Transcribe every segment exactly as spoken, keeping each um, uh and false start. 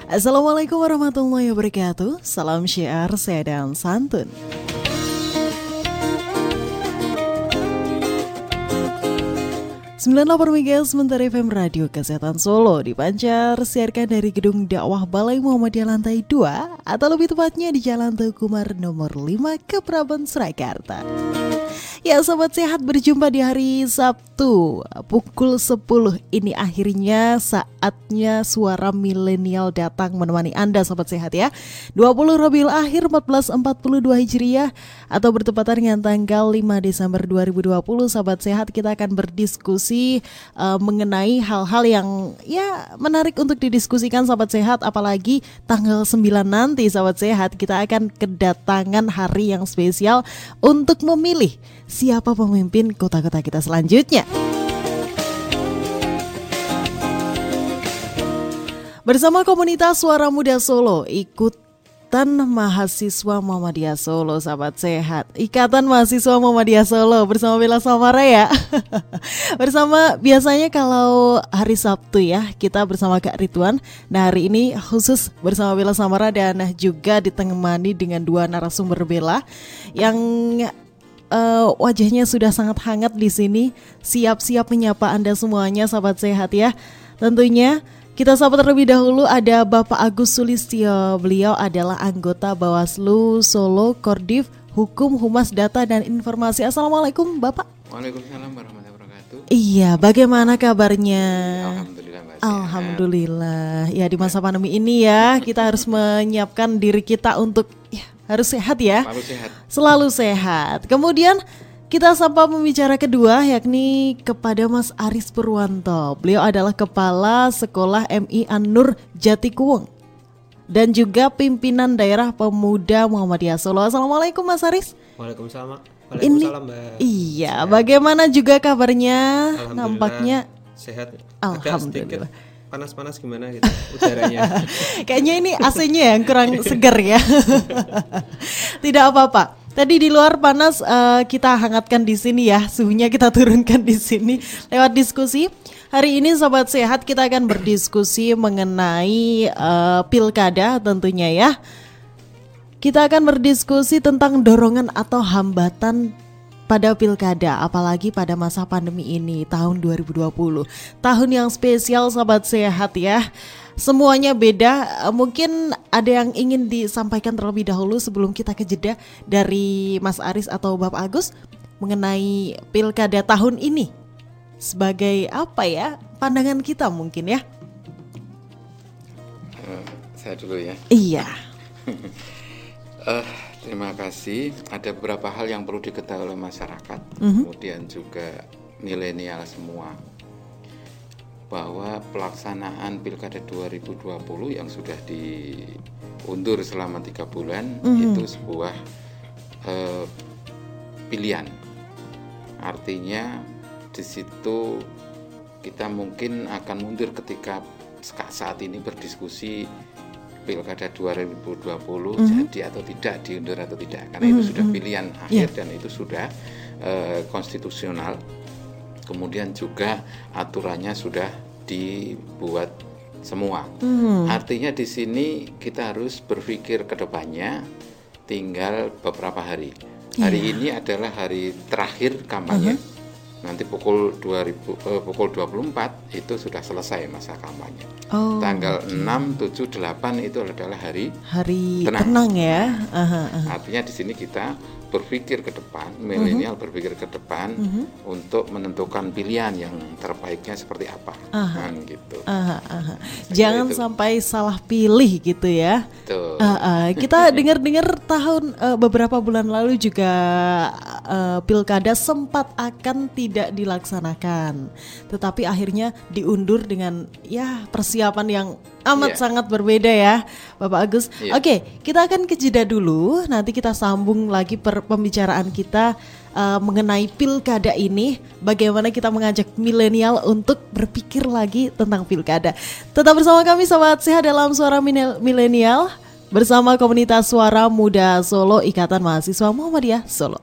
Assalamualaikum warahmatullahi wabarakatuh. Salam syiar saya dan santun. sembilan puluh delapan megahertz Sementara F M Radio Kesehatan Solo dipancar siarkan dari Gedung Dakwah Balai Muhammadiyah Lantai dua atau lebih tepatnya di Jalan Teguh Umar nomor lima Kepraben, Surakarta. Ya sobat sehat, berjumpa di hari Sabtu pukul sepuluh. Ini akhirnya saatnya suara milenial datang menemani Anda sobat sehat ya. dua puluh Rabiul Akhir seribu empat ratus empat puluh dua Hijriah atau bertepatan dengan tanggal lima Desember dua ribu dua puluh. Sobat sehat, kita akan berdiskusi uh, mengenai hal-hal yang ya menarik untuk didiskusikan sobat sehat. Apalagi tanggal sembilan nanti sobat sehat, kita akan kedatangan hari yang spesial untuk memilih siapa pemimpin kota-kota kita selanjutnya. Bersama komunitas Suara Muda Solo, ikutan mahasiswa Muhammadiyah Solo, sahabat sehat. Ikatan Mahasiswa Muhammadiyah Solo bersama Bella Samara ya. Bersama biasanya kalau hari Sabtu ya, kita bersama Kak Ridwan. Nah hari ini khusus bersama Bella Samara dan juga ditemani dengan dua narasumber Bella yang Uh, wajahnya sudah sangat hangat di sini, siap-siap menyapa Anda semuanya, sahabat sehat ya. Tentunya kita sapa terlebih dahulu ada Bapak Agus Sulistyo. Beliau adalah anggota Bawaslu Solo, Kordif, Hukum, Humas, Data dan Informasi. Assalamualaikum Bapak. Waalaikumsalam warahmatullahi wabarakatuh. Iya, bagaimana kabarnya? Alhamdulillah Mbak. Alhamdulillah. Ya di masa pandemi ini ya, kita harus menyiapkan diri kita untuk ya, harus sehat ya. Selalu sehat. Selalu sehat. Kemudian kita sapa pembicara kedua yakni kepada Mas Aris Purwanto. Beliau adalah Kepala Sekolah M I An-Nur Jatikuwung dan juga pimpinan daerah Pemuda Muhammadiyah Solo. Assalamualaikum Mas Aris. Waalaikumsalam. Waalaikumsalam Mbak. Iya, sehat. Bagaimana juga kabarnya? Nampaknya sehat. Alhamdulillah. Agak panas-panas gimana gitu udaranya. Kayaknya ini A C-nya yang kurang segar ya. Tidak apa-apa. Tadi di luar panas, uh, kita hangatkan di sini ya. Suhunya kita turunkan di sini lewat diskusi. Hari ini sobat sehat kita akan berdiskusi mengenai uh, pilkada tentunya ya. Kita akan berdiskusi tentang dorongan atau hambatan pada pilkada, apalagi pada masa pandemi ini, tahun dua ribu dua puluh. Tahun yang spesial sahabat sehat ya. Semuanya beda. Mungkin ada yang ingin disampaikan terlebih dahulu sebelum kita ke jeda dari Mas Aris atau Bapak Agus mengenai pilkada tahun ini. Sebagai apa ya, pandangan kita mungkin ya. Uh, saya dulu ya. Iya. uh, Terima kasih. Ada beberapa hal yang perlu diketahui oleh masyarakat, mm-hmm. kemudian juga milenial semua, bahwa pelaksanaan Pilkada dua ribu dua puluh yang sudah diundur selama tiga bulan mm-hmm. itu sebuah uh, pilihan. Artinya di situ kita mungkin akan mundur ketika saat ini berdiskusi Pilkada dua ribu dua puluh mm-hmm. jadi atau tidak, diundur atau tidak, karena mm-hmm. itu sudah pilihan akhir yeah. dan itu sudah uh, konstitusional. Kemudian juga aturannya sudah dibuat semua. Mm-hmm. Artinya di sini kita harus berpikir ke depannya, tinggal beberapa hari. Hari yeah. ini adalah hari terakhir kampanye. Uh-huh. Nanti pukul dua ribu, eh, pukul dua puluh empat itu sudah selesai masa kampanye. Oh, Tanggal okay. enam, tujuh, delapan itu adalah hari hari tenang, tenang ya. Aha, aha. Artinya di sini kita berpikir ke depan, milenial uh-huh. berpikir ke depan uh-huh. untuk menentukan pilihan yang terbaiknya seperti apa. Aha. Kan gitu. Aha, aha. Jangan itu. Sampai salah pilih gitu ya. Betul. Uh, uh, kita dengar-dengar tahun uh, beberapa bulan lalu juga uh, pilkada sempat akan tidak dilaksanakan, tetapi akhirnya diundur dengan ya persiapan yang amat yeah. sangat berbeda ya Bapak Agus. Yeah. Oke, kita akan ke jeda dulu. Nanti kita sambung lagi per pembicaraan kita uh, mengenai pilkada ini. Bagaimana kita mengajak milenial untuk berpikir lagi tentang pilkada. Tetap bersama kami Sobat Sehat dalam Suara Milenial bersama komunitas Suara Muda Solo, Ikatan Mahasiswa Muhammadiyah Solo.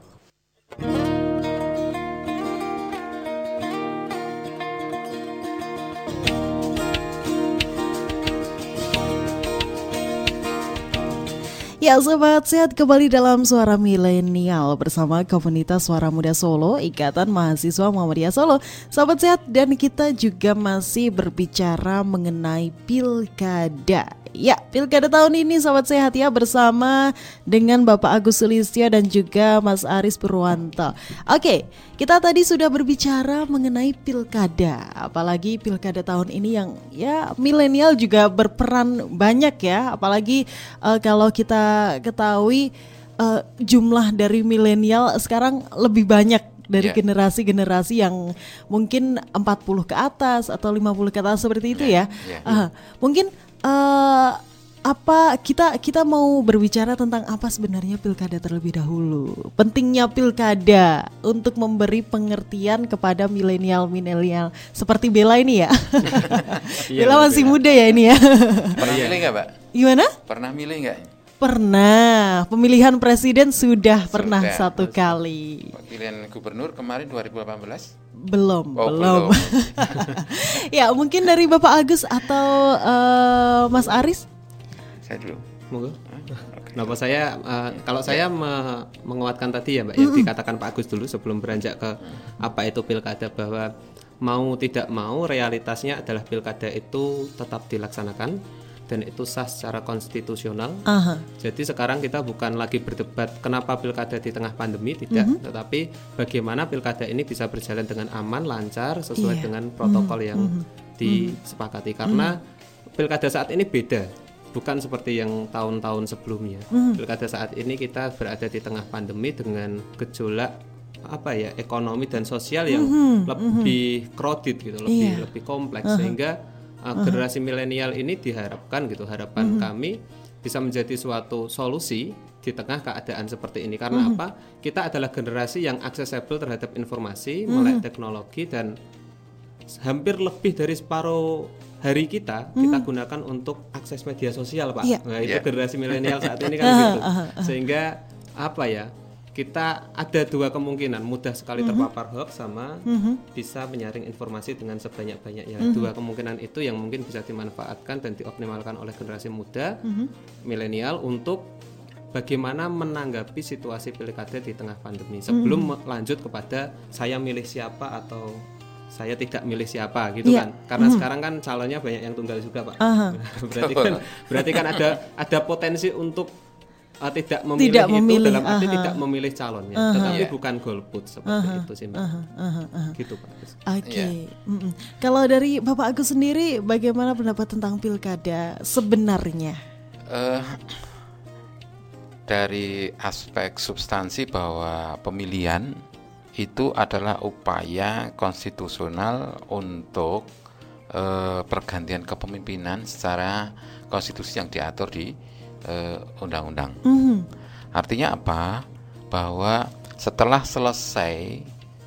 Ya sobat sehat, kembali dalam Suara Milenial bersama komunitas Suara Muda Solo, Ikatan Mahasiswa Muhammadiyah Solo. Sobat sehat, dan kita juga masih berbicara mengenai pilkada. Ya, pilkada tahun ini sobat sehat ya, bersama dengan Bapak Agus Sulistyo dan juga Mas Aris Purwanto. Oke, kita tadi sudah berbicara mengenai pilkada, apalagi pilkada tahun ini yang ya milenial juga berperan banyak ya, apalagi uh, kalau kita ketahui uh, jumlah dari milenial sekarang lebih banyak dari yeah. generasi-generasi yang mungkin empat puluh ke atas atau lima puluh ke atas seperti itu ya. Yeah. Yeah. Uh, mungkin Uh, apa kita kita mau berbicara tentang apa sebenarnya pilkada terlebih dahulu. Pentingnya pilkada untuk memberi pengertian kepada milenial-milenial seperti Bella ini ya. Bella masih muda ya ini ya. Pernah milih nggak, Pak? Gimana? Pernah milih nggak? Pernah. Pemilihan presiden sudah, sudah pernah satu sudah. kali. Pemilihan gubernur kemarin dua ribu delapan belas? Belum, oh, belum. belum. Ya, mungkin dari Bapak Agus atau uh, Mas Aris? Saya dulu. Monggo. Kenapa saya uh, kalau saya me- menguatkan tadi ya Mbak, yang dikatakan Pak Agus dulu sebelum beranjak ke apa itu pilkada, bahwa mau tidak mau realitasnya adalah pilkada itu tetap dilaksanakan dan itu sah secara konstitusional. Aha. Jadi sekarang kita bukan lagi berdebat kenapa pilkada di tengah pandemi, tidak, mm-hmm. tetapi bagaimana pilkada ini bisa berjalan dengan aman, lancar, sesuai yeah. dengan protokol mm-hmm. yang disepakati. Karena mm-hmm. pilkada saat ini beda, bukan seperti yang tahun-tahun sebelumnya. Mm-hmm. Pilkada saat ini kita berada di tengah pandemi dengan gejolak apa ya, ekonomi dan sosial yang mm-hmm. lebih crowded gitu, lebih yeah. lebih kompleks, uh-huh. sehingga Uh, generasi uh-huh. milenial ini diharapkan gitu, harapan uh-huh. kami bisa menjadi suatu solusi di tengah keadaan seperti ini. Karena uh-huh. apa? Kita adalah generasi yang aksesibel terhadap informasi, uh-huh. melek teknologi, dan hampir lebih dari separuh hari kita uh-huh. kita gunakan untuk akses media sosial, Pak. Yeah. Nah, itu yeah. generasi milenial saat ini kan gitu. Uh-huh. Sehingga apa ya? Kita ada dua kemungkinan, mudah sekali mm-hmm. terpapar hoax sama mm-hmm. bisa menyaring informasi dengan sebanyak-banyaknya. Mm-hmm. Dua kemungkinan itu yang mungkin bisa dimanfaatkan dan dioptimalkan oleh generasi muda, mm-hmm. milenial, untuk bagaimana menanggapi situasi pilkada di tengah pandemi. Sebelum mm-hmm. lanjut kepada saya milih siapa atau saya tidak milih siapa gitu yeah. kan. Karena mm-hmm. sekarang kan calonnya banyak yang tunggal juga, Pak. Uh-huh. berarti kan berarti kan ada ada potensi untuk Uh, tidak memilih tidak itu memilih, dalam arti uh-huh. tidak memilih calonnya, uh-huh. tetapi yeah. bukan golput seperti uh-huh. itu sih Mbak. Uh-huh. Uh-huh. Gitu Pak. Oke. Okay. Yeah. Kalau dari Bapak Agus sendiri, bagaimana pendapat tentang pilkada sebenarnya? Uh, dari aspek substansi bahwa pemilihan itu adalah upaya konstitusional untuk uh, pergantian kepemimpinan secara konstitusi yang diatur di Uh, undang-undang. Mm-hmm. Artinya apa? Bahwa setelah selesai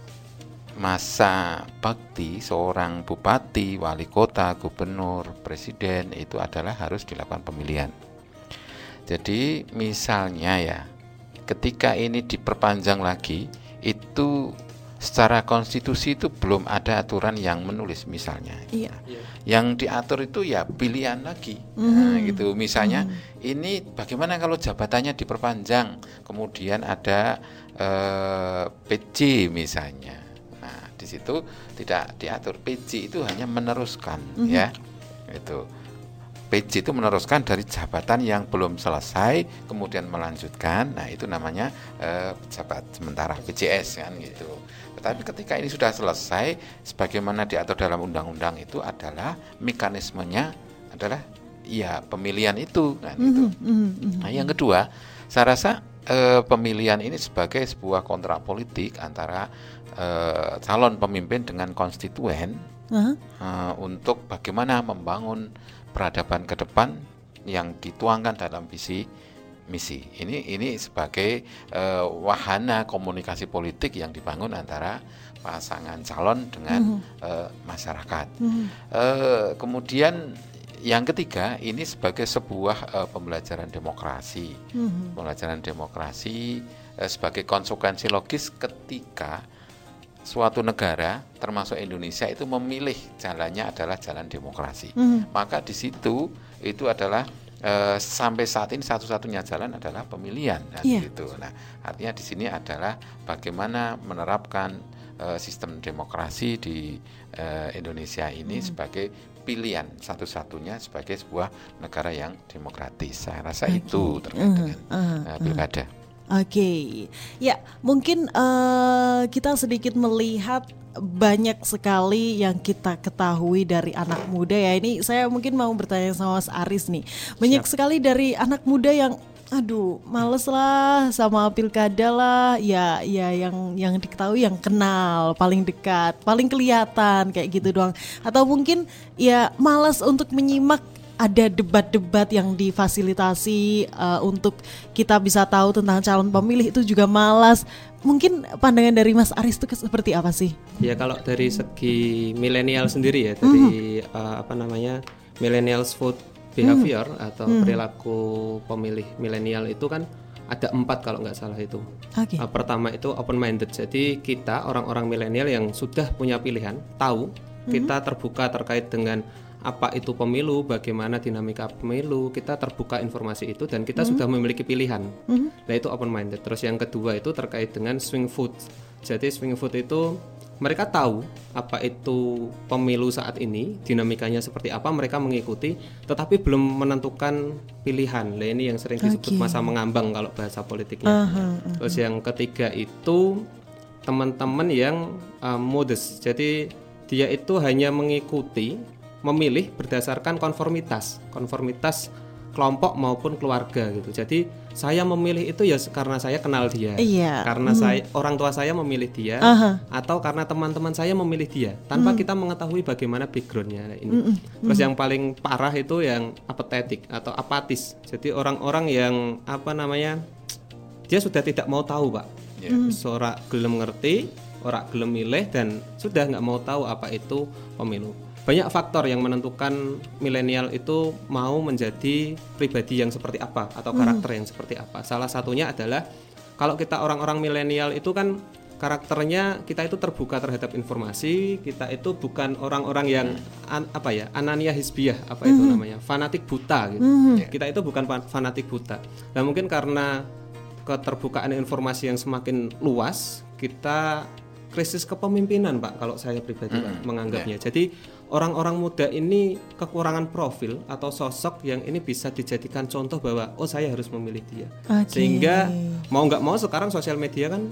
masa bakti seorang bupati, wali kota, gubernur, presiden, itu adalah harus dilakukan pemilihan. Jadi misalnya ya, ketika ini diperpanjang lagi, itu secara konstitusi itu belum ada aturan yang menulis misalnya. Iya. Yang diatur itu ya pilihan lagi. Mm-hmm. Nah, gitu. Misalnya mm-hmm. ini bagaimana kalau jabatannya diperpanjang, kemudian ada eh, P J misalnya. Nah, di situ tidak diatur. P J itu hanya meneruskan mm-hmm. ya. Itu. P J itu meneruskan dari jabatan yang belum selesai kemudian melanjutkan. Nah, itu namanya eh, jabat sementara P J S kan gitu. Tetapi ketika ini sudah selesai, sebagaimana diatur dalam undang-undang itu adalah mekanismenya adalah ya pemilihan itu kan mm-hmm, gitu. Mm-hmm. Nah, yang kedua, saya rasa eh, pemilihan ini sebagai sebuah kontrak politik antara eh, calon pemimpin dengan konstituen uh-huh. eh, untuk bagaimana membangun peradaban ke depan yang dituangkan dalam visi misi. Ini ini sebagai uh, wahana komunikasi politik yang dibangun antara pasangan calon dengan mm-hmm. uh, masyarakat. Mm-hmm. Uh, kemudian yang ketiga, ini sebagai sebuah uh, pembelajaran demokrasi. Mm-hmm. Pembelajaran demokrasi uh, sebagai konsekuensi logis ketika suatu negara termasuk Indonesia itu memilih jalannya adalah jalan demokrasi. Mm-hmm. Maka di situ itu adalah Uh, sampai saat ini satu-satunya jalan adalah pemilihan, dan Iya. gitu. Nah, artinya di sini adalah bagaimana menerapkan uh, sistem demokrasi di uh, Indonesia ini sebagai pilihan satu-satunya sebagai sebuah negara yang demokratis. Saya rasa Oke. itu terkait Uh, dengan uh, uh, pilkada. Oke, ya mungkin eh, kita sedikit melihat banyak sekali yang kita ketahui dari anak muda ya. Ini saya mungkin mau bertanya sama Mas Aris nih. Banyak Siap. sekali dari anak muda yang aduh males lah sama pilkada lah, ya ya yang yang diketahui yang kenal paling dekat, paling kelihatan kayak gitu doang. Atau mungkin ya malas untuk menyimak ada debat-debat yang difasilitasi uh, untuk kita bisa tahu tentang calon pemilih, itu juga malas. Mungkin pandangan dari Mas Aris itu seperti apa sih? Ya kalau dari segi milenial sendiri ya, dari mm. uh, apa namanya millennials vote behavior mm. atau mm. perilaku pemilih milenial itu kan ada empat kalau nggak salah itu. Okay. Uh, pertama itu open minded, jadi kita orang-orang milenial yang sudah punya pilihan, tahu mm. kita terbuka terkait dengan apa itu pemilu, bagaimana dinamika pemilu, kita terbuka informasi itu dan kita mm-hmm. sudah memiliki pilihan. Mm-hmm. Nah itu open minded. Terus yang kedua itu terkait dengan swing vote. Jadi swing vote itu mereka tahu apa itu pemilu saat ini, dinamikanya seperti apa, mereka mengikuti, tetapi belum menentukan pilihan. Nah ini yang sering disebut okay. masa mengambang kalau bahasa politiknya. Uh-huh, uh-huh. Terus yang ketiga itu teman-teman yang uh, modest. Jadi dia itu hanya mengikuti, memilih berdasarkan konformitas, konformitas kelompok maupun keluarga gitu. Jadi saya memilih itu ya karena saya kenal dia, iya. karena hmm. saya orang tua saya memilih dia, uh-huh. atau karena teman-teman saya memilih dia, tanpa hmm. kita mengetahui bagaimana backgroundnya ini. Hmm. Terus hmm. yang paling parah itu yang apathetik atau apatis. Jadi orang-orang yang apa namanya, dia sudah tidak mau tahu pak, yeah. hmm. ora gelem ngerti, ora gelem milih dan sudah nggak mau tahu apa itu pemilu. Banyak faktor yang menentukan milenial itu mau menjadi pribadi yang seperti apa atau karakter hmm. yang seperti apa. Salah satunya adalah kalau kita orang-orang milenial itu kan karakternya kita itu terbuka terhadap informasi, kita itu bukan orang-orang yang an, apa ya anania hisbiyah apa hmm. itu namanya fanatik buta gitu. Hmm. Kita itu bukan fanatik buta. Nah mungkin karena keterbukaan informasi yang semakin luas, kita krisis kepemimpinan Pak kalau saya pribadi hmm. Pak, menganggapnya. Yeah. Jadi orang-orang muda ini kekurangan profil atau sosok yang ini bisa dijadikan contoh bahwa oh saya harus memilih dia. Okay. Sehingga mau nggak mau sekarang sosial media kan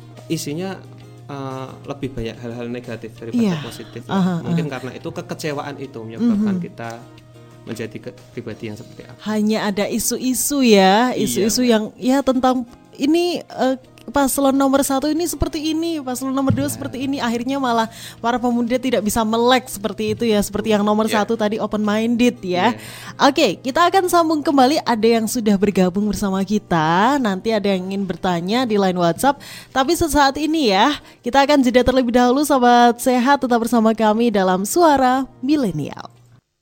isinya uh, lebih banyak hal-hal negatif daripada yeah. positif. Ya. Uh-huh, Mungkin uh-huh. karena itu kekecewaan itu menyebabkan uh-huh. kita menjadi ke- pribadi yang seperti apa. Hanya ada isu-isu ya, isu-isu iya, yang ya tentang ini uh, paslon nomor satu ini seperti ini, paslon nomor dua yeah. seperti ini, akhirnya malah para pemuda tidak bisa melek seperti itu ya, seperti yang nomor yeah. satu tadi open minded ya. Yeah. Oke, kita akan sambung kembali. Ada yang sudah bergabung bersama kita, nanti ada yang ingin bertanya di line WhatsApp. Tapi sesaat ini ya, kita akan jeda terlebih dahulu. Sobat Sehat, tetap bersama kami dalam Suara Milenial.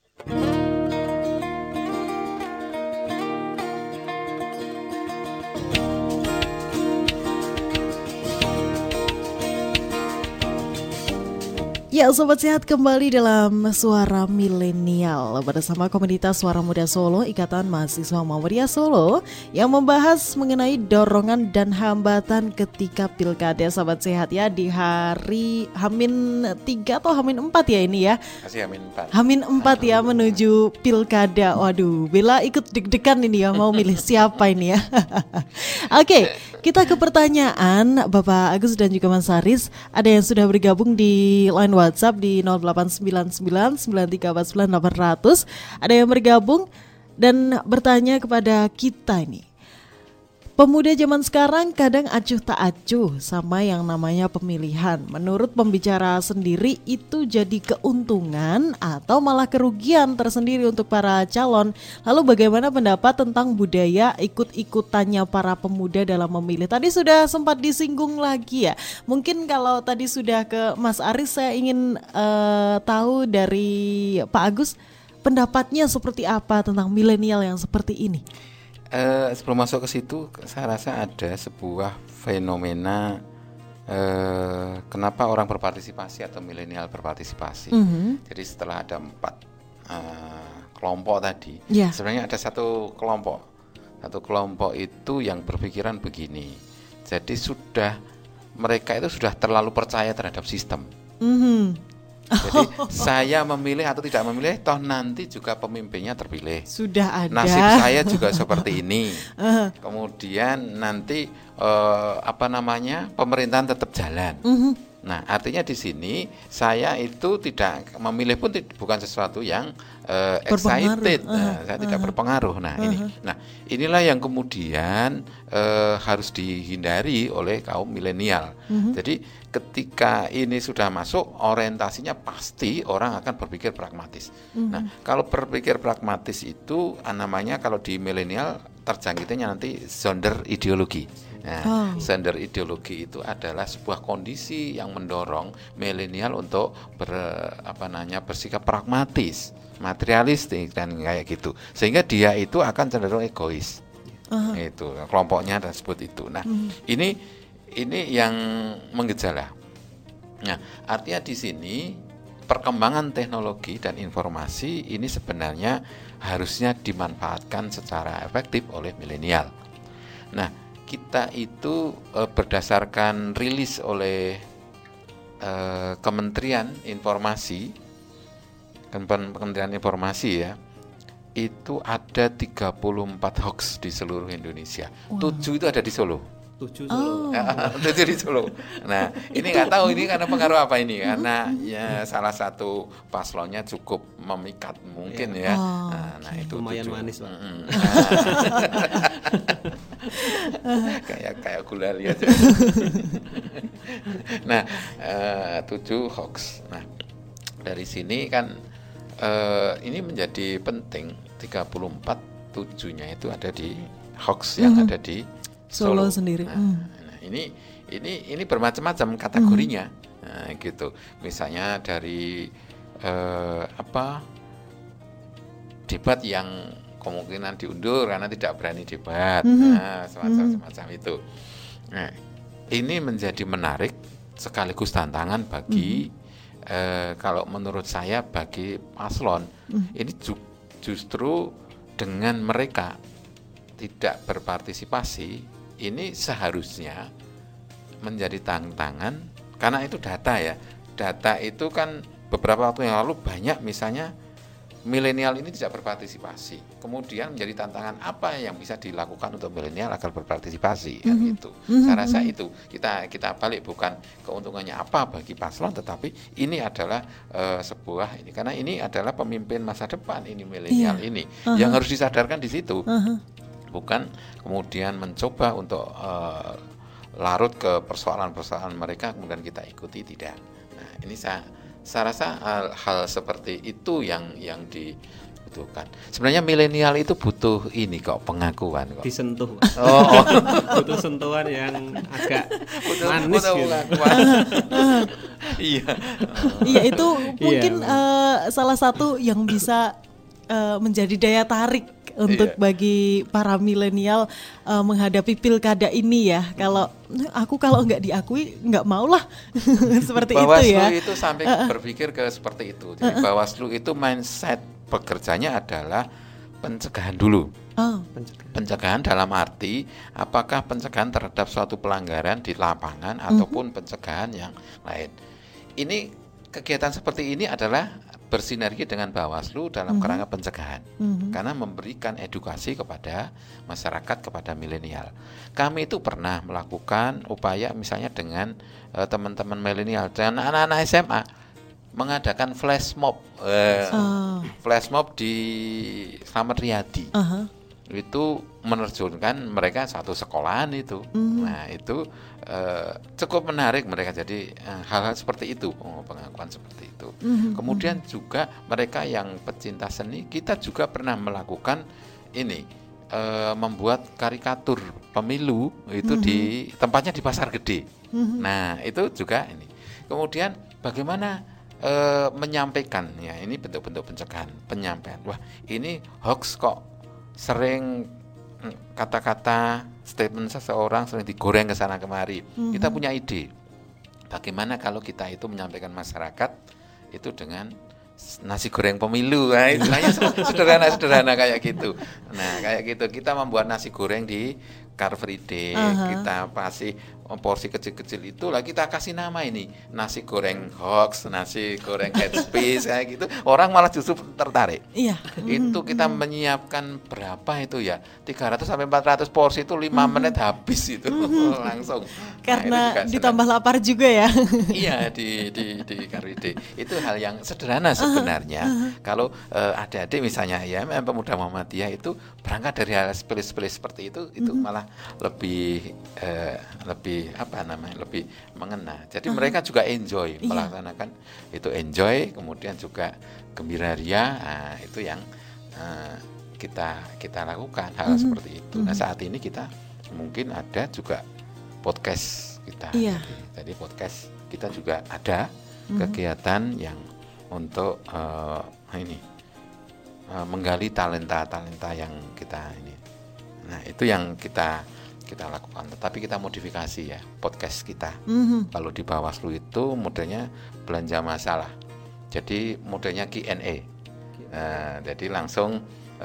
Ya, Sobat Sehat, kembali dalam Suara Milenial bersama komunitas Suara Muda Solo, Ikatan Mahasiswa Muhammadiyah Solo, yang membahas mengenai dorongan dan hambatan ketika pilkada. Sobat Sehat ya, di hari Hamin tiga atau Hamin empat ya ini ya. Masih Hamin empat. Hamin empat ya menuju pilkada. Waduh, Bella ikut deg-degan ini ya, mau milih siapa ini ya. Oke, kita ke pertanyaan Bapak Agus dan juga Mas Haris. Ada yang sudah bergabung di line WhatsApp di nol delapan sembilan sembilan sembilan tiga empat sembilan delapan nol nol. Ada yang bergabung dan bertanya kepada kita ini. Pemuda zaman sekarang kadang acuh tak acuh sama yang namanya pemilihan. Menurut pembicara sendiri itu jadi keuntungan atau malah kerugian tersendiri untuk para calon. Lalu bagaimana pendapat tentang budaya ikut-ikutannya para pemuda dalam memilih? Tadi sudah sempat disinggung lagi ya. Mungkin kalau tadi sudah ke Mas Aris, saya ingin uh, tahu dari Pak Agus pendapatnya seperti apa tentang milenial yang seperti ini. Uh, sebelum masuk ke situ, saya rasa ada sebuah fenomena uh, kenapa orang berpartisipasi atau milenial berpartisipasi. Mm-hmm. Jadi setelah ada empat uh, kelompok tadi. Yeah. Sebenarnya ada satu kelompok, satu kelompok itu yang berpikiran begini. Jadi sudah mereka itu sudah terlalu percaya terhadap sistem. Mm-hmm. Jadi oh. saya memilih atau tidak memilih, toh nanti juga pemimpinnya terpilih. Sudah ada. Nasib saya juga seperti ini. uh. Kemudian nanti uh, apa namanya pemerintahan tetap jalan. Mm-hmm. Nah, artinya di sini saya itu tidak memilih pun tidak, bukan sesuatu yang uh, excited. Uh-huh. Nah, saya uh-huh. tidak berpengaruh. Nah, uh-huh. ini. Nah, inilah yang kemudian uh, harus dihindari oleh kaum milenial. Uh-huh. Jadi, ketika ini sudah masuk, orientasinya pasti orang akan berpikir pragmatis. Uh-huh. Nah, kalau berpikir pragmatis itu namanya kalau di milenial terjangkitnya nanti gender ideologi. Nah, oh. gender ideologi itu adalah sebuah kondisi yang mendorong milenial untuk ber, apa namanya bersikap pragmatis, materialistik dan kayak gitu. Sehingga dia itu akan cenderung egois. Uh-huh. Itu kelompoknya tersebut itu. Nah, uh-huh. ini ini yang menggejala. Nah, artinya di sini perkembangan teknologi dan informasi ini sebenarnya harusnya dimanfaatkan secara efektif oleh milenial. Nah, kita itu e, berdasarkan rilis oleh e, Kementerian Informasi, Kementerian Informasi ya, itu ada tiga puluh empat hoax di seluruh Indonesia. Wow. tujuh itu ada di Solo. Tujuh Solo. Oh. tujuh di Solo. Nah, ini nggak tahu ini karena pengaruh apa ini, karena ya salah satu paslonnya cukup memikat mungkin ya. Oh, nah, nah itu lumayan tujuh. Manis, Pak. kayak kayak gula lihat. Nah, uh, tujuh hoax. Nah, dari sini kan uh, ini menjadi penting. Tiga puluh empat tujuhnya itu ada di hoax yang mm-hmm. ada di Solo, Solo sendiri. Nah, mm. nah, ini ini ini bermacam-macam kategorinya, mm. nah, gitu. Misalnya dari uh, apa debat yang kemungkinan diundur karena tidak berani debat, mm-hmm. nah, semacam-semacam mm-hmm. itu. Nah, ini menjadi menarik sekaligus tantangan bagi mm-hmm. eh, kalau menurut saya bagi paslon. Mm-hmm. Ini ju- justru dengan mereka tidak berpartisipasi, ini seharusnya menjadi tantangan karena itu data ya. Data itu kan beberapa waktu yang lalu banyak misalnya milenial ini tidak berpartisipasi. Kemudian menjadi tantangan apa yang bisa dilakukan untuk milenial agar berpartisipasi, mm-hmm. kan gitu. Mm-hmm. Saya rasa itu kita kita balik bukan keuntungannya apa bagi paslon, tetapi ini adalah uh, sebuah ini karena ini adalah pemimpin masa depan ini milenial yeah. ini uh-huh. yang harus disadarkan di situ, uh-huh. bukan kemudian mencoba untuk uh, larut ke persoalan-persoalan mereka kemudian kita ikuti, tidak. Nah ini saya saya rasa hal, hal seperti itu yang yang dibutuhkan. Sebenarnya milenial itu butuh ini kok, pengakuan kok. Disentuh. Oh, oh. butuh sentuhan yang agak butuh, manis butuh gitu. Iya. Iya itu mungkin iya. uh, salah satu yang bisa uh, menjadi daya tarik untuk iya. bagi para milenial uh, menghadapi pilkada ini ya. Kalau aku kalau nggak diakui nggak mau lah seperti Bawaslu itu ya. Bawaslu itu sampai uh, berpikir ke seperti itu. Jadi uh, uh. Bawaslu itu mindset pekerjanya adalah pencegahan dulu. Oh. Pencegahan. pencegahan dalam arti apakah pencegahan terhadap suatu pelanggaran di lapangan uh-huh. ataupun pencegahan yang lain. Ini kegiatan seperti ini adalah bersinergi dengan Bawaslu dalam mm-hmm. kerangka pencegahan, mm-hmm. karena memberikan edukasi kepada masyarakat, kepada milenial. Kami itu pernah melakukan upaya misalnya dengan uh, teman-teman milenial dan anak-anak S M A mengadakan flash mob, uh, oh. flash mob di Slamet Riyadi. Uh-huh. Itu menerjunkan mereka satu sekolahan itu. Mm-hmm. Nah itu uh, cukup menarik mereka, jadi uh, hal-hal seperti itu, oh, pengakuan seperti itu. Mm-hmm. Kemudian juga mereka yang pecinta seni, kita juga pernah melakukan ini uh, membuat karikatur pemilu itu mm-hmm. di tempatnya di Pasar Gede. Mm-hmm. Nah itu juga ini. Kemudian bagaimana uh, menyampaikan ya, ini bentuk-bentuk pencegahan, penyampaian. Wah ini hoax kok. Sering kata-kata statement seseorang sering digoreng ke sana kemari. Mm-hmm. Kita punya ide bagaimana kalau kita itu menyampaikan masyarakat itu dengan nasi goreng pemilu, nah, istilahnya sederhana-sederhana kayak gitu. Nah kayak gitu kita membuat nasi goreng di Car Free Day, uh-huh. kita pasti porsi kecil-kecil itu lah kita kasih nama ini nasi goreng hoax, nasi goreng head space kayak gitu. Orang malah justru tertarik. Iya. Itu kita menyiapkan berapa itu ya? tiga ratus sampai empat ratus porsi itu lima menit habis itu langsung. Karena nah, ditambah senang. Lapar juga ya. Iya di di di Car Free Day. Itu hal yang sederhana sebenarnya. Uh-huh. Kalau uh, adik-adik misalnya ya pemuda Muhammadiyah itu berangkat dari hal sepele-sepele seperti itu, itu uh-huh. malah lebih uh, lebih apa namanya lebih mengena. Jadi uh-huh. mereka juga enjoy yeah. melaksanakan itu enjoy, kemudian juga gembira ria. Nah, itu yang uh, kita kita lakukan hal uh-huh. seperti itu. Uh-huh. Nah saat ini kita mungkin ada juga podcast kita. Yeah. Jadi, jadi podcast kita juga ada uh-huh. kegiatan yang untuk uh, ini uh, menggali talenta-talenta yang kita ini. Nah itu yang kita kita lakukan, tetapi kita modifikasi ya podcast kita. Mm-hmm. Kalau di Bawaslu itu modelnya belanja masalah, jadi modelnya Q and A. Uh, jadi langsung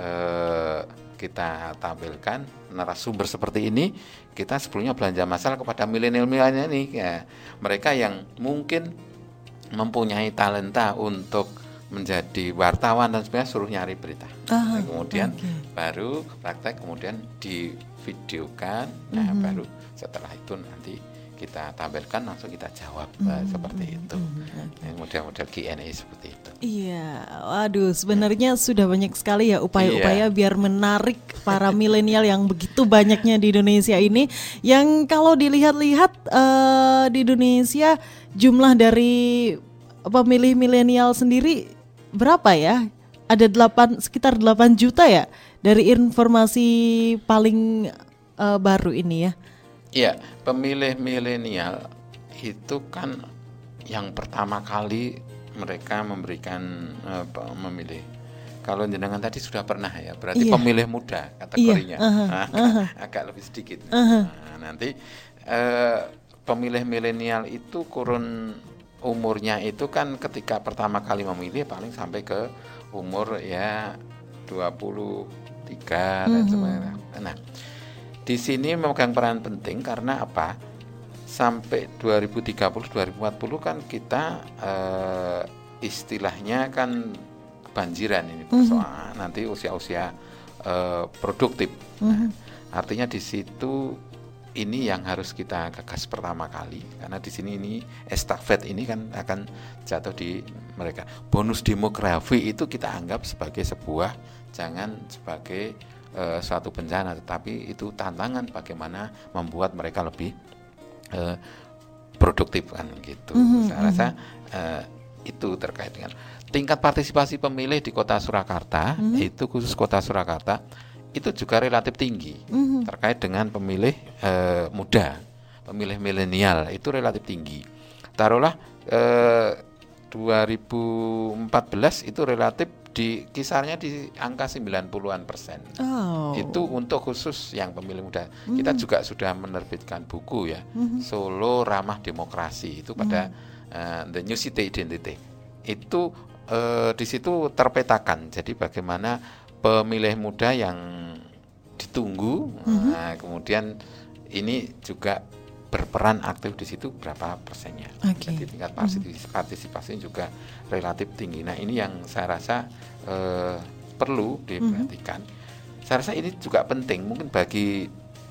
uh, kita tampilkan narasumber seperti ini. Kita sebelumnya belanja masalah kepada milenial-milenial ini, ya, mereka yang mungkin mempunyai talenta untuk menjadi wartawan dan sebagainya, suruh nyari berita. Ah, nah, kemudian okay. baru praktek, kemudian di videokan, nah mm-hmm. baru setelah itu nanti kita tampilkan langsung kita jawab mm-hmm. seperti itu. Mm-hmm. Nah, model-model Q and A seperti itu. Iya, waduh sebenarnya sudah banyak sekali ya upaya-upaya iya. biar menarik para milenial yang begitu banyaknya di Indonesia ini. Yang kalau dilihat-lihat uh, di Indonesia jumlah dari pemilih milenial sendiri berapa ya? Ada delapan sekitar delapan juta ya dari informasi paling uh, baru ini ya. Iya, pemilih milenial itu kan yang pertama kali mereka memberikan uh, memilih. Kalau jenengan tadi sudah pernah ya, berarti iya. pemilih muda kategorinya. Iya. Uh-huh. Nah, uh-huh. agak lebih sedikit. Uh-huh. Nah, nanti uh, pemilih milenial itu kurun umurnya itu kan ketika pertama kali memilih paling sampai ke umur ya dua puluh tiga dan sebagainya. Nah, di sini memegang peran penting karena apa? Sampai dua ribu tiga puluh dua ribu empat puluh kan kita eh, istilahnya kan kebanjiran ini persoalan mm-hmm. nanti usia-usia eh, produktif. Mm-hmm. Nah, artinya di situ ini yang harus kita gagas pertama kali karena di sini ini estafet ini kan akan jatuh di mereka. Bonus demografi itu kita anggap sebagai sebuah, jangan sebagai uh, suatu bencana, tetapi itu tantangan bagaimana membuat mereka lebih uh, produktif kan gitu. Mm-hmm. Saya rasa uh, itu terkait dengan tingkat partisipasi pemilih di Kota Surakarta, mm-hmm. itu khusus Kota Surakarta itu juga relatif tinggi mm-hmm. terkait dengan pemilih uh, muda, pemilih milenial itu relatif tinggi. Taruhlah uh, dua ribu empat belas itu relatif di kisarnya di angka sembilan puluhan persen. Oh. Itu untuk khusus yang pemilih muda. Mm-hmm. Kita juga sudah menerbitkan buku ya, mm-hmm. Solo Ramah Demokrasi itu pada mm-hmm. uh, The New City Identity. Itu uh, di situ terpetakan. Jadi bagaimana pemilih muda yang ditunggu, mm-hmm. nah, kemudian ini juga berperan aktif di situ berapa persennya. Okay. Jadi tingkat partisipasi, partisipasi juga relatif tinggi. Nah ini yang saya rasa eh, perlu diperhatikan. Mm-hmm. Saya rasa ini juga penting mungkin bagi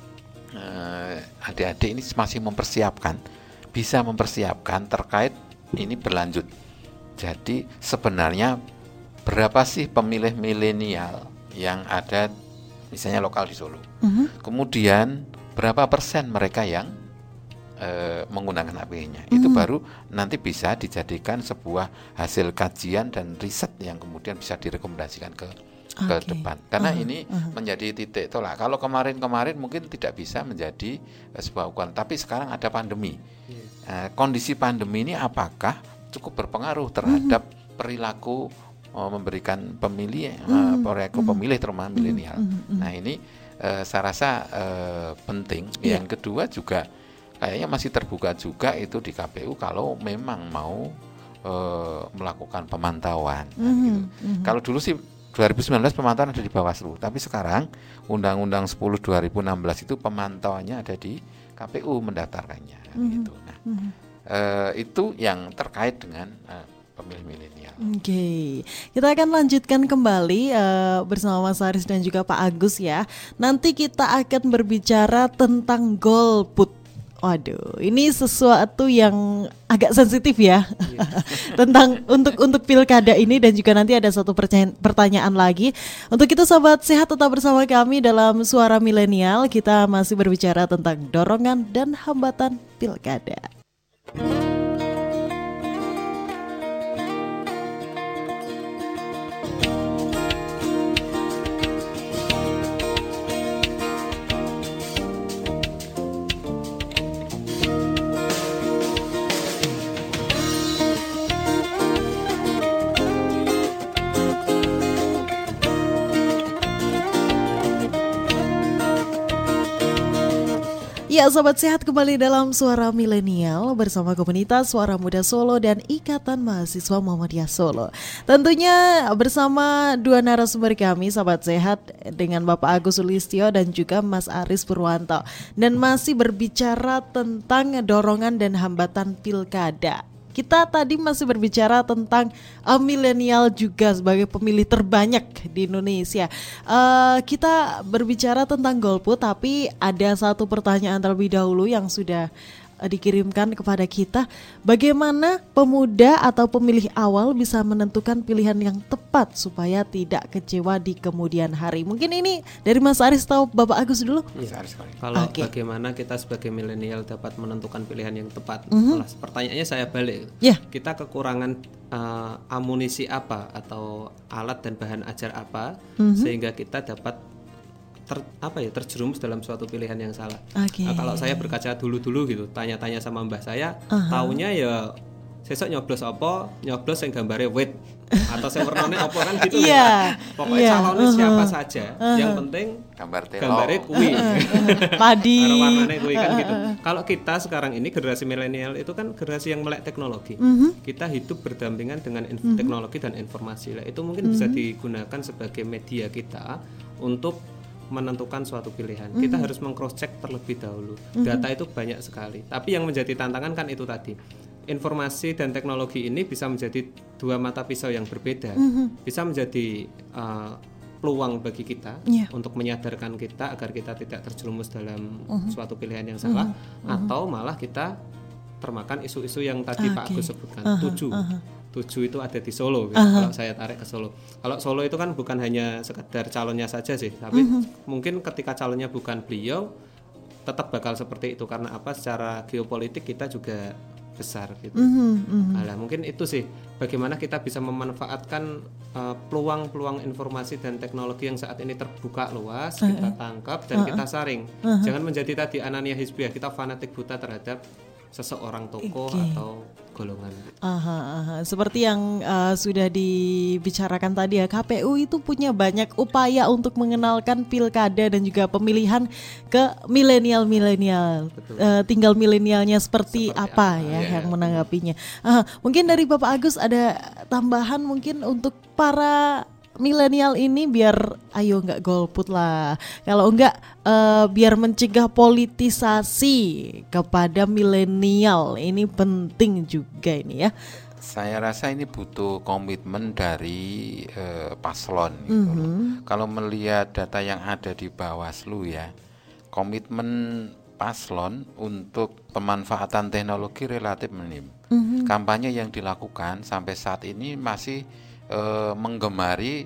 eh, adik-adik ini masih mempersiapkan, bisa mempersiapkan terkait ini berlanjut. Jadi sebenarnya berapa sih pemilih milenial yang ada misalnya lokal di Solo? Uh-huh. Kemudian berapa persen mereka yang e, menggunakan H P-nya? Uh-huh. Itu baru nanti bisa dijadikan sebuah hasil kajian dan riset yang kemudian bisa direkomendasikan ke okay. ke depan. Karena uh-huh. ini uh-huh. menjadi titik tolak. Kalau kemarin-kemarin mungkin tidak bisa menjadi e, sebuah ukuran, tapi sekarang ada pandemi. Yeah. E, kondisi pandemi ini apakah cukup berpengaruh terhadap uh-huh. perilaku Oh, memberikan pemilih, mm, uh, perilaku mm, pemilih terutama mm, milenial. Mm, mm, nah ini uh, saya rasa uh, penting. Yeah. Yang kedua juga kayaknya masih terbuka juga itu di K P U kalau memang mau uh, melakukan pemantauan. Nah, Mm-hmm. gitu. Mm-hmm. Kalau dulu sih dua ribu sembilan belas pemantauan ada di Bawaslu, tapi sekarang Undang-Undang sepuluh dua ribu enam belas itu pemantauannya ada di K P U mendaftarkannya. Mm-hmm. Gitu. Nah, mm-hmm. uh, itu yang terkait dengan uh, pemilih milenial. Oke, okay. Kita akan lanjutkan kembali uh, bersama Mas Haris dan juga Pak Agus ya. Nanti kita akan berbicara tentang golput. Waduh, ini sesuatu yang agak sensitif ya. Iya. Tentang untuk untuk pilkada ini, dan juga nanti ada satu pertanyaan lagi. Untuk itu sobat sehat, tetap bersama kami dalam Suara Milenial. Kita masih berbicara tentang dorongan dan hambatan pilkada. Ya, sobat sehat, kembali dalam Suara Milenial bersama komunitas Suara Muda Solo dan Ikatan Mahasiswa Muhammadiyah Solo. Tentunya bersama dua narasumber kami, sobat sehat, dengan Bapak Agus Sulistyo dan juga Mas Aris Purwanto, dan masih berbicara tentang dorongan dan hambatan pilkada. Kita tadi masih berbicara tentang uh, milenial juga sebagai pemilih terbanyak di Indonesia. Uh, kita berbicara tentang golput, tapi ada satu pertanyaan terlebih dahulu yang sudah uh, dikirimkan kepada kita. Bagaimana pemuda atau pemilih awal bisa menentukan pilihan yang tepat supaya tidak kecewa di kemudian hari? Mungkin ini dari Mas Aris atau Bapak Agus dulu. Ya, kalau okay. Bagaimana kita sebagai milenial dapat menentukan pilihan yang tepat? Mm-hmm. Malah pertanyaannya saya balik. Yeah. Kita kekurangan uh, amunisi apa atau alat dan bahan ajar apa mm-hmm. sehingga kita dapat ter, apa ya terjerumus dalam suatu pilihan yang salah. Okay. Nah, kalau saya berkaca dulu-dulu gitu, tanya-tanya sama mbah saya, uh-huh. taunya ya sesok nyoblos apa, nyoblos yang gambarnya wit atau yang warnanya apa kan gitu. Yeah. Pokoknya yeah. calonnya uh-huh. siapa saja, uh-huh. yang penting gambar telo, gambarnya kuwi, padi, warnanya kuwi kan gitu. Kalau kita sekarang ini generasi milenial itu kan generasi yang melek teknologi. Uh-huh. Kita hidup berdampingan dengan inf- uh-huh. teknologi dan informasi lah. Itu mungkin uh-huh. bisa digunakan sebagai media kita untuk menentukan suatu pilihan. Uh-huh. Kita harus meng-cross check terlebih dahulu. Uh-huh. Data itu banyak sekali. Tapi yang menjadi tantangan kan itu tadi. Informasi dan teknologi ini bisa menjadi dua mata pisau yang berbeda. Mm-hmm. Bisa menjadi uh, peluang bagi kita yeah. untuk menyadarkan kita agar kita tidak terjerumus dalam uh-huh. suatu pilihan yang salah, uh-huh. atau malah kita termakan isu-isu yang tadi okay. Pak Agus sebutkan. Uh-huh. Tujuh, uh-huh. tujuh itu ada di Solo. Gitu. Uh-huh. Kalau saya tarik ke Solo, kalau Solo itu kan bukan hanya sekedar calonnya saja sih, tapi uh-huh. mungkin ketika calonnya bukan beliau, tetap bakal seperti itu. Karena apa? Secara geopolitik kita juga besar gitu. Mm-hmm, mm-hmm. Alah, mungkin itu sih bagaimana kita bisa memanfaatkan uh, peluang-peluang informasi dan teknologi yang saat ini terbuka luas, uh-uh. kita tangkap dan uh-uh. kita saring. Uh-huh. Jangan menjadi tadi Anania Hizbiyah, kita fanatik buta terhadap seseorang tokoh okay. atau golongan. Aha, aha. Seperti yang uh, sudah dibicarakan tadi ya, K P U itu punya banyak upaya untuk mengenalkan pilkada dan juga pemilihan ke milenial-milenial. Uh, tinggal milenialnya seperti, seperti apa, apa ya, ya yang menanggapinya. Aha. Mungkin dari Bapak Agus ada tambahan mungkin untuk para milenial ini biar ayo nggak golput lah. Kalau enggak uh, biar mencegah politisasi kepada milenial, ini penting juga ini ya. Saya rasa ini butuh komitmen dari uh, paslon gitu. Mm-hmm. Kalau melihat data yang ada di Bawaslu ya, komitmen paslon untuk pemanfaatan teknologi relatif minim. Mm-hmm. Kampanye yang dilakukan sampai saat ini masih Uh, menggemari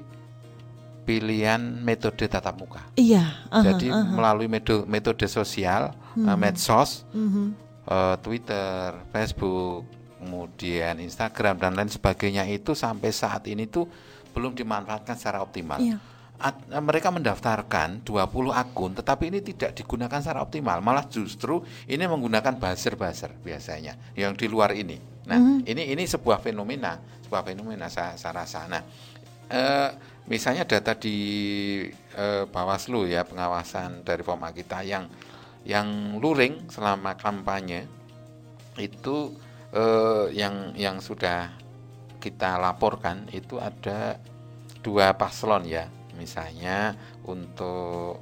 pilihan metode tatap muka. Iya. Uh-huh, Jadi uh-huh. melalui metode, metode sosial, uh-huh. uh, medsos, uh-huh. uh, Twitter, Facebook, kemudian Instagram dan lain sebagainya itu sampai saat ini tuh belum dimanfaatkan secara optimal. Iya. At, uh, mereka mendaftarkan dua puluh akun, tetapi ini tidak digunakan secara optimal. Malah justru ini menggunakan buzzer-buzzer biasanya yang di luar ini. Nah, uh-huh. ini ini sebuah fenomena, sebuah fenomena saya, saya rasa. Nah, e, misalnya data di e, Bawaslu ya, pengawasan dari Forma kita yang yang luring selama kampanye itu e, yang yang sudah kita laporkan itu ada dua paslon ya. Misalnya untuk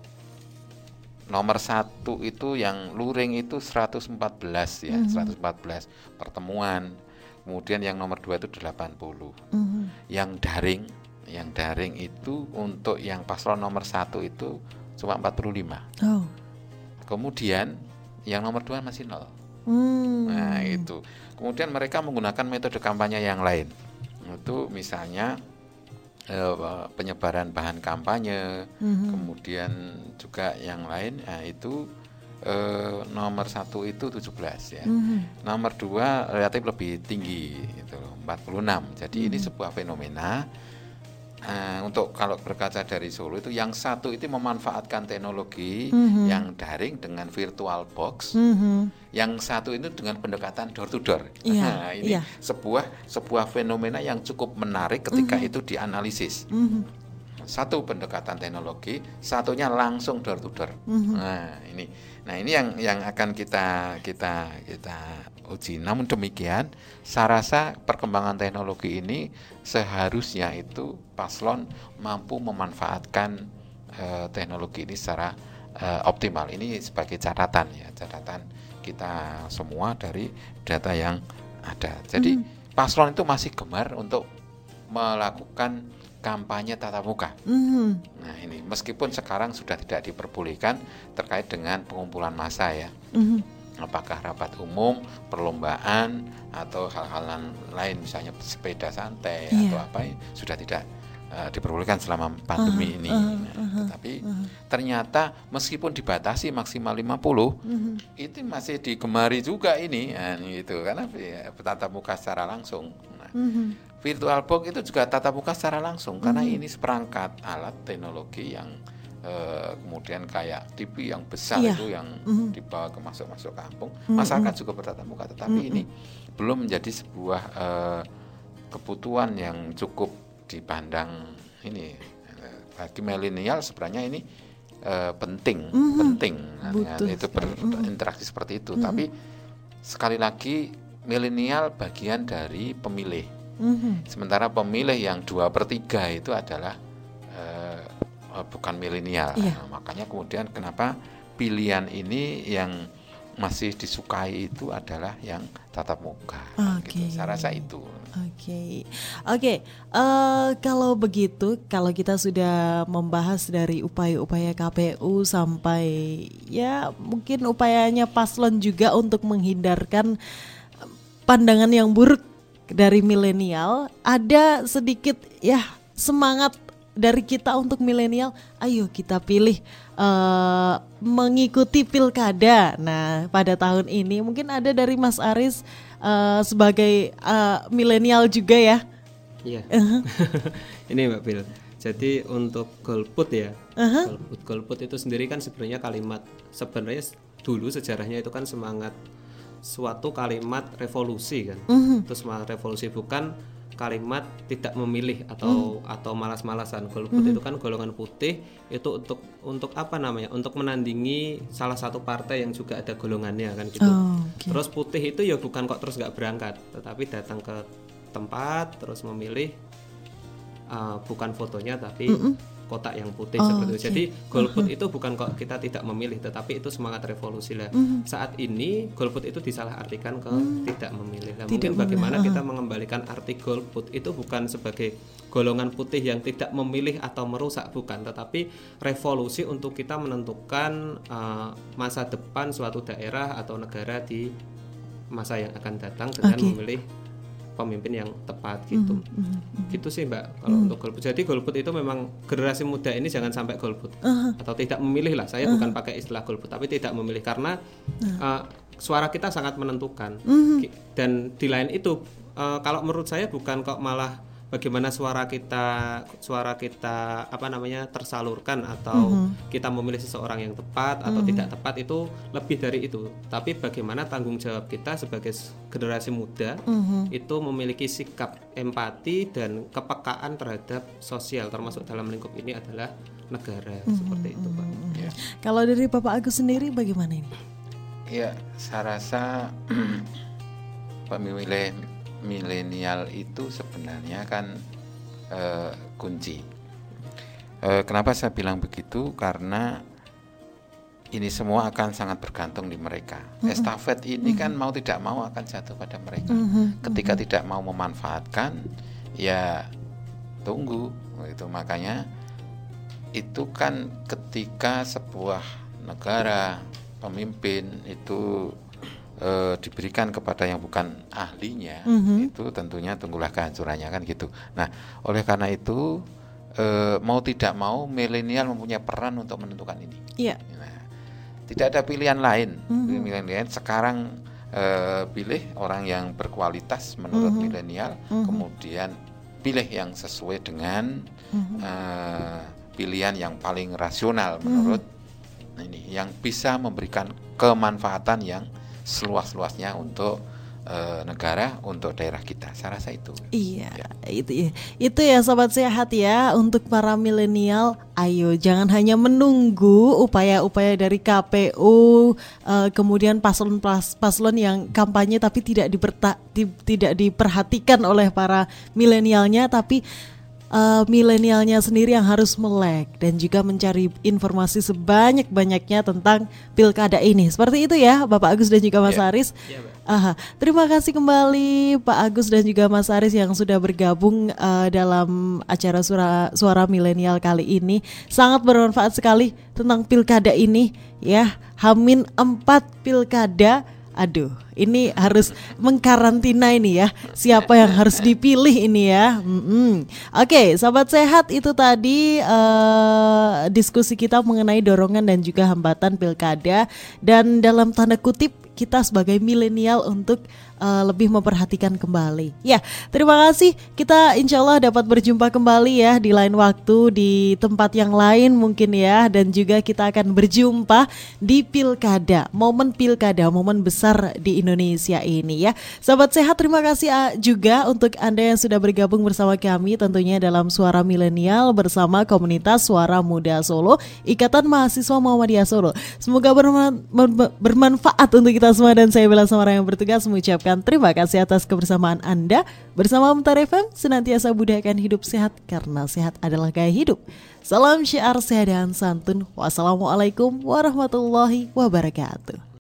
nomor satu itu yang luring itu seratus empat belas ya, mm-hmm. seratus empat belas pertemuan. Kemudian yang nomor dua itu delapan puluh. Mm-hmm. Yang daring, yang daring itu untuk yang paslon nomor satu itu cuma empat puluh lima. Oh. Kemudian yang nomor dua masih nol. Mm. Nah itu. Kemudian mereka menggunakan metode kampanye yang lain. Itu misalnya Uh, penyebaran bahan kampanye, mm-hmm. kemudian juga yang lain, nah itu uh, nomor satu itu tujuh belas ya, mm-hmm. nomor dua relatif lebih tinggi itu empat puluh enam. Jadi mm-hmm. ini sebuah fenomena. Uh, untuk kalau berkaca dari Solo itu yang satu itu memanfaatkan teknologi mm-hmm. yang daring dengan virtual box, mm-hmm. yang satu itu dengan pendekatan door to door. Yeah, nah, ini yeah. sebuah sebuah fenomena yang cukup menarik ketika mm-hmm. itu dianalisis. Mm-hmm. Satu pendekatan teknologi, satunya langsung door to door. Mm-hmm. Nah ini, nah ini yang yang akan kita kita kita uji. Namun demikian, saya rasa perkembangan teknologi ini seharusnya itu paslon mampu memanfaatkan uh, teknologi ini secara uh, optimal. Ini sebagai catatan ya, catatan kita semua dari data yang ada. Jadi mm-hmm. paslon itu masih gemar untuk melakukan kampanye tatap muka. Mm-hmm. Nah ini meskipun sekarang sudah tidak diperbolehkan terkait dengan pengumpulan massa ya. Mm-hmm. Apakah rapat umum, perlombaan atau hal-hal lain misalnya sepeda santai yeah. atau apa sudah tidak uh, diperbolehkan selama pandemi uh, ini. Uh, uh, Tetapi uh, ternyata meskipun dibatasi maksimal lima puluh, uh, itu masih digemari juga ini, nah, gitu karena ya, tatap muka secara langsung. Nah, uh, virtual box itu juga tatap muka secara langsung uh, karena ini seperangkat alat teknologi yang Uh, kemudian kayak T V yang besar yeah. itu yang mm-hmm. dibawa ke masuk-masuk kampung, mm-hmm. masyarakat juga bertatap muka, tetapi mm-hmm. ini belum menjadi sebuah uh, kebutuhan yang cukup dipandang ini uh, bagi milenial sebenarnya ini uh, penting, mm-hmm. penting nah, itu berinteraksi mm-hmm. seperti itu, mm-hmm. tapi sekali lagi milenial bagian dari pemilih, mm-hmm. sementara pemilih yang dua per tiga itu adalah bukan milenial, iya. Nah, makanya kemudian kenapa pilihan ini yang masih disukai itu adalah yang tatap muka. Okay. Gitu. Saya rasa itu. Oke, okay. oke. Okay. Uh, kalau begitu, kalau kita sudah membahas dari upaya-upaya K P U sampai ya mungkin upayanya paslon juga untuk menghindarkan pandangan yang buruk dari milenial, ada sedikit ya semangat dari kita untuk milenial, ayo kita pilih uh, mengikuti pilkada. Nah, pada tahun ini mungkin ada dari Mas Aris uh, sebagai uh, milenial juga ya. Iya. Uh-huh. Ini Mbak Bil. Jadi untuk golput ya, uh-huh. golput golput itu sendiri kan sebenarnya kalimat sebenarnya dulu sejarahnya itu kan semangat suatu kalimat revolusi kan. Uh-huh. Itu semangat revolusi, bukan kalimat tidak memilih atau mm. atau malas-malasan. Golput mm. itu kan golongan putih itu untuk untuk apa namanya? Untuk menandingi salah satu partai yang juga ada golongannya kan gitu. Oh, okay. Terus putih itu ya bukan kok terus nggak berangkat, tetapi datang ke tempat terus memilih uh, bukan fotonya tapi Mm-mm. kotak yang putih oh, seperti itu. Okay. Jadi golput uh-huh. itu bukan kok kita tidak memilih, tetapi itu semangat revolusi lah. Uh-huh. Saat ini golput itu disalahartikan ke uh-huh. tidak memilih. Nah, mungkin bagaimana uh-huh. kita mengembalikan arti golput itu bukan sebagai golongan putih yang tidak memilih atau merusak, bukan, tetapi revolusi untuk kita menentukan uh, masa depan suatu daerah atau negara di masa yang akan datang dengan okay. memilih pemimpin yang tepat gitu. Mm, mm, mm. Gitu sih Mbak kalau mm. untuk golput. Jadi golput itu memang generasi muda ini jangan sampai golput uh-huh. atau tidak memilih lah. Saya uh-huh. bukan pakai istilah golput, tapi tidak memilih karena uh-huh. uh, suara kita sangat menentukan. Uh-huh. Dan di lain itu uh, kalau menurut saya bukan kok malah bagaimana suara kita suara kita apa namanya tersalurkan atau uh-huh. kita memilih seseorang yang tepat atau uh-huh. tidak tepat, itu lebih dari itu. Tapi bagaimana tanggung jawab kita sebagai generasi muda uh-huh. itu memiliki sikap empati dan kepekaan terhadap sosial, termasuk dalam lingkup ini adalah negara uh-huh. seperti itu Pak. Uh-huh. Ya. Kalau dari Bapak Agus sendiri bagaimana ini? Ya, saya rasa pemilih milenial itu sebenarnya kan eh, kunci. Eh, kenapa saya bilang begitu? Karena ini semua akan sangat bergantung di mereka. Mm-hmm. Estafet ini mm-hmm. kan mau tidak mau akan jatuh pada mereka. Mm-hmm. Ketika mm-hmm. tidak mau memanfaatkan, ya tunggu. Itu makanya itu kan ketika sebuah negara pemimpin itu e, diberikan kepada yang bukan ahlinya, mm-hmm. itu tentunya tunggulah kehancurannya kan gitu. Nah, oleh karena itu e, mau tidak mau milenial mempunyai peran untuk menentukan ini. Iya. Nah, tidak ada pilihan lain. Mm-hmm. Pilihan lain sekarang e, pilih orang yang berkualitas menurut mm-hmm. milenial, mm-hmm. kemudian pilih yang sesuai dengan mm-hmm. e, pilihan yang paling rasional menurut mm-hmm. ini, yang bisa memberikan kemanfaatan yang seluas-luasnya untuk e, negara, untuk daerah kita. Saya rasa itu. Iya, ya. itu ya. Itu ya sobat sehat ya, untuk para milenial, ayo jangan hanya menunggu upaya-upaya dari K P U, e, kemudian paslon-paslon yang kampanye tapi tidak diperta, di, tidak diperhatikan oleh para milenialnya, tapi Uh, milenialnya sendiri yang harus melek dan juga mencari informasi sebanyak-banyaknya tentang pilkada ini. Seperti itu ya Bapak Agus dan juga Mas yeah. Aris. Yeah, Aha. Terima kasih kembali Pak Agus dan juga Mas Aris yang sudah bergabung uh, dalam acara Suara, Suara Milenial kali ini. Sangat bermanfaat sekali tentang pilkada ini ya. Hamin empat pilkada. Aduh, ini harus mengkarantina ini ya, siapa yang harus dipilih ini ya. Mm-hmm. Oke, sahabat sehat, itu tadi uh, diskusi kita mengenai dorongan dan juga hambatan pilkada, dan dalam tanda kutip kita sebagai milenial untuk uh, lebih memperhatikan kembali. Ya, terima kasih. Kita insya Allah dapat berjumpa kembali ya di lain waktu, di tempat yang lain mungkin ya. Dan juga kita akan berjumpa di pilkada, momen pilkada, momen besar di Indonesia ini ya. Sahabat sehat, terima kasih juga untuk Anda yang sudah bergabung bersama kami tentunya dalam Suara Milenial bersama komunitas Suara Muda Solo, Ikatan Mahasiswa Muhammadiyah Solo. Semoga berman- bermanfaat untuk kita semua, dan saya Bella Samara yang bertugas mengucapkan terima kasih atas kebersamaan Anda bersama Muhtar F M. Senantiasa budayakan hidup sehat karena sehat adalah gaya hidup. Salam syiar sehat dan santun. Wassalamualaikum warahmatullahi wabarakatuh.